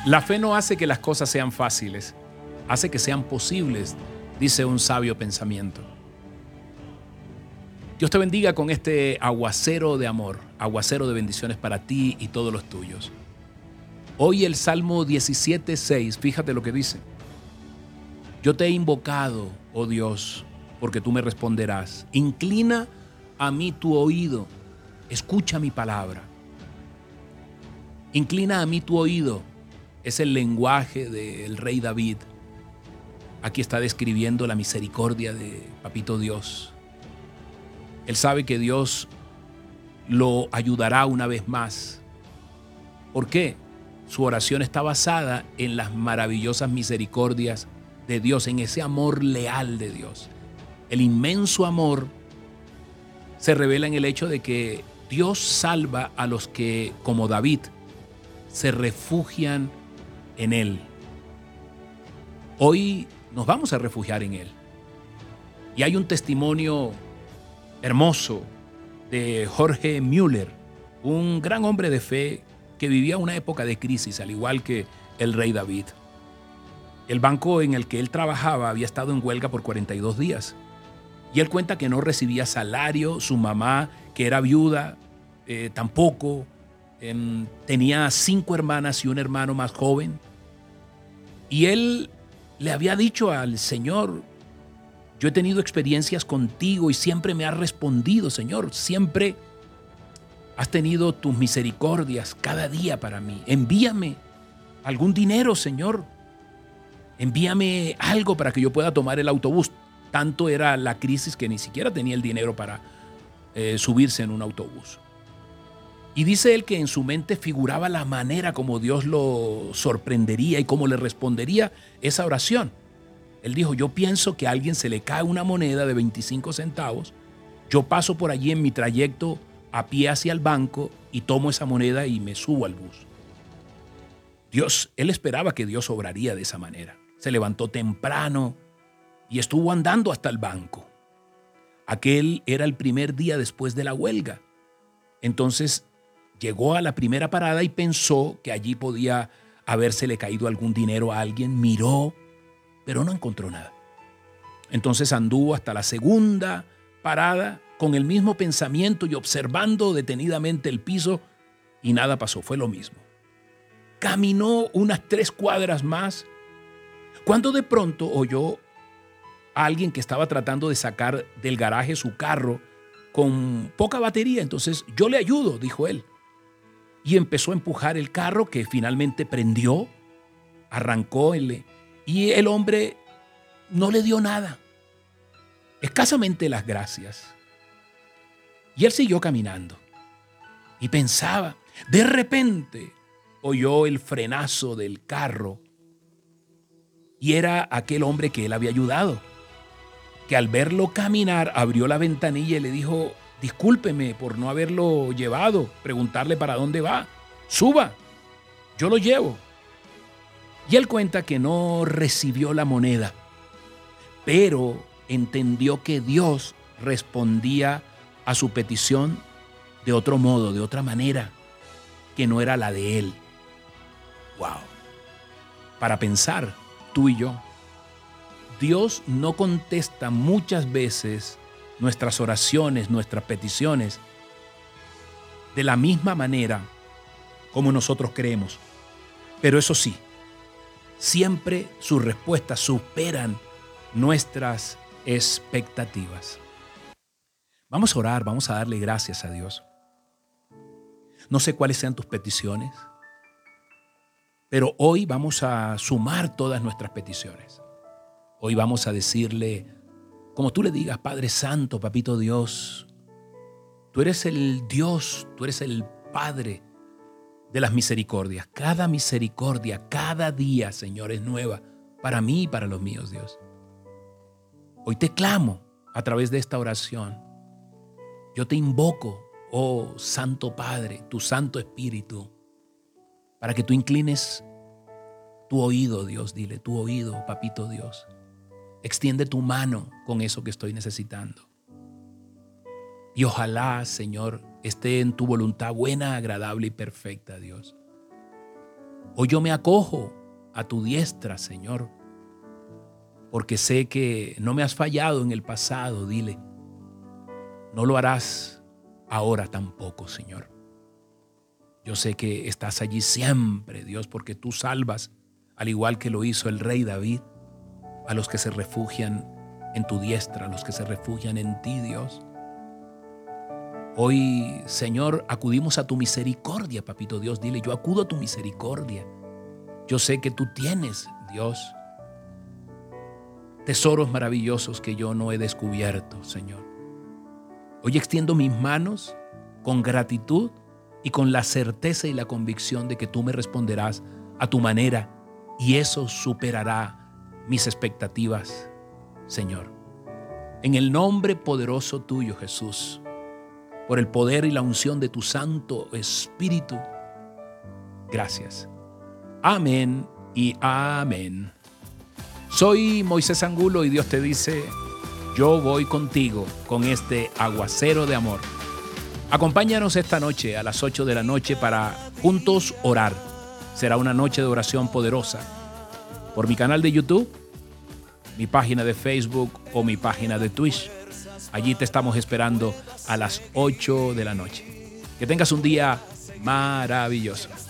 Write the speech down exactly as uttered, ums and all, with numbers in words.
La fe no hace que las cosas sean fáciles, hace que sean posibles, dice un sabio pensamiento. Dios te bendiga con este aguacero de amor, aguacero de bendiciones para ti y todos los tuyos. Hoy el Salmo diecisiete seis, fíjate lo que dice. Yo te he invocado, oh Dios, porque tú me responderás. Inclina a mí tu oído, escucha mi palabra. Inclina a mí tu oído, es el lenguaje del rey David. Aquí está describiendo la misericordia de Papito Dios. Él sabe que Dios lo ayudará una vez más. ¿Por qué? Su oración está basada en las maravillosas misericordias de Dios, en ese amor leal de Dios. El inmenso amor se revela en el hecho de que Dios salva a los que, como David, se refugian en Él. Hoy nos vamos a refugiar en Él. Y hay un testimonio hermoso de Jorge Müller, un gran hombre de fe que vivía una época de crisis, al igual que el rey David. El banco en el que él trabajaba había estado en huelga por cuarenta y dos días. Y él cuenta que no recibía salario, su mamá, que era viuda, eh, tampoco. Eh, tenía cinco hermanas y un hermano más joven. Y él le había dicho al Señor: yo he tenido experiencias contigo y siempre me has respondido, Señor. Siempre has tenido tus misericordias cada día para mí. Envíame algún dinero, Señor. Envíame algo para que yo pueda tomar el autobús. Tanto era la crisis que ni siquiera tenía el dinero para eh, subirse en un autobús. Y dice él que en su mente figuraba la manera como Dios lo sorprendería y cómo le respondería esa oración. Él dijo: yo pienso que a alguien se le cae una moneda de veinticinco centavos, yo paso por allí en mi trayecto a pie hacia el banco y tomo esa moneda y me subo al bus. Dios, él esperaba que Dios obraría de esa manera. Se levantó temprano y estuvo andando hasta el banco. Aquel era el primer día después de la huelga. Entonces llegó a la primera parada y pensó que allí podía habérsele caído algún dinero a alguien. Miró, pero no encontró nada. Entonces anduvo hasta la segunda parada con el mismo pensamiento y observando detenidamente el piso, y nada pasó, fue lo mismo. Caminó unas tres cuadras más, cuando de pronto oyó a alguien que estaba tratando de sacar del garaje su carro con poca batería. Entonces: yo le ayudo, dijo él. Y empezó a empujar el carro, que finalmente prendió, arrancó el, y el hombre no le dio nada, escasamente las gracias. Y él siguió caminando y pensaba. De repente oyó el frenazo del carro y era aquel hombre que él había ayudado, que al verlo caminar abrió la ventanilla y le dijo: discúlpeme por no haberlo llevado, preguntarle para dónde va, suba, yo lo llevo. Y él cuenta que no recibió la moneda, pero entendió que Dios respondía a su petición de otro modo, de otra manera, que no era la de él. ¡Wow! Para pensar, tú y yo. Dios no contesta muchas veces nuestras oraciones, nuestras peticiones, de la misma manera como nosotros creemos. Pero eso sí, siempre sus respuestas superan nuestras expectativas. Vamos a orar, vamos a darle gracias a Dios. No sé cuáles sean tus peticiones, pero hoy vamos a sumar todas nuestras peticiones. Hoy vamos a decirle, como tú le digas: Padre Santo, Papito Dios, tú eres el Dios, tú eres el Padre de las misericordias. Cada misericordia, cada día, Señor, es nueva para mí y para los míos, Dios. Hoy te clamo a través de esta oración. Yo te invoco, oh Santo Padre, tu Santo Espíritu, para que tú inclines tu oído, Dios. Dile, tu oído, Papito Dios. Extiende tu mano con eso que estoy necesitando. Y ojalá, Señor, esté en tu voluntad buena, agradable y perfecta, Dios. Hoy yo me acojo a tu diestra, Señor, porque sé que no me has fallado en el pasado, dile. No lo harás ahora tampoco, Señor. Yo sé que estás allí siempre, Dios, porque tú salvas, al igual que lo hizo el rey David, a los que se refugian en tu diestra, a los que se refugian en ti, Dios. Hoy, Señor, acudimos a tu misericordia, papito Dios. Dile, yo acudo a tu misericordia. Yo sé que tú tienes, Dios, tesoros maravillosos que yo no he descubierto, Señor. Hoy extiendo mis manos con gratitud y con la certeza y la convicción de que tú me responderás a tu manera y eso superará mis expectativas, Señor. En el nombre poderoso tuyo, Jesús, por el poder y la unción de tu Santo Espíritu, gracias. Amén y amén. Soy Moisés Angulo y Dios te dice, yo voy contigo con este aguacero de amor. Acompáñanos esta noche a las ocho de la noche para juntos orar. Será una noche de oración poderosa. Por mi canal de YouTube, mi página de Facebook o mi página de Twitch. Allí te estamos esperando a las ocho de la noche. Que tengas un día maravilloso.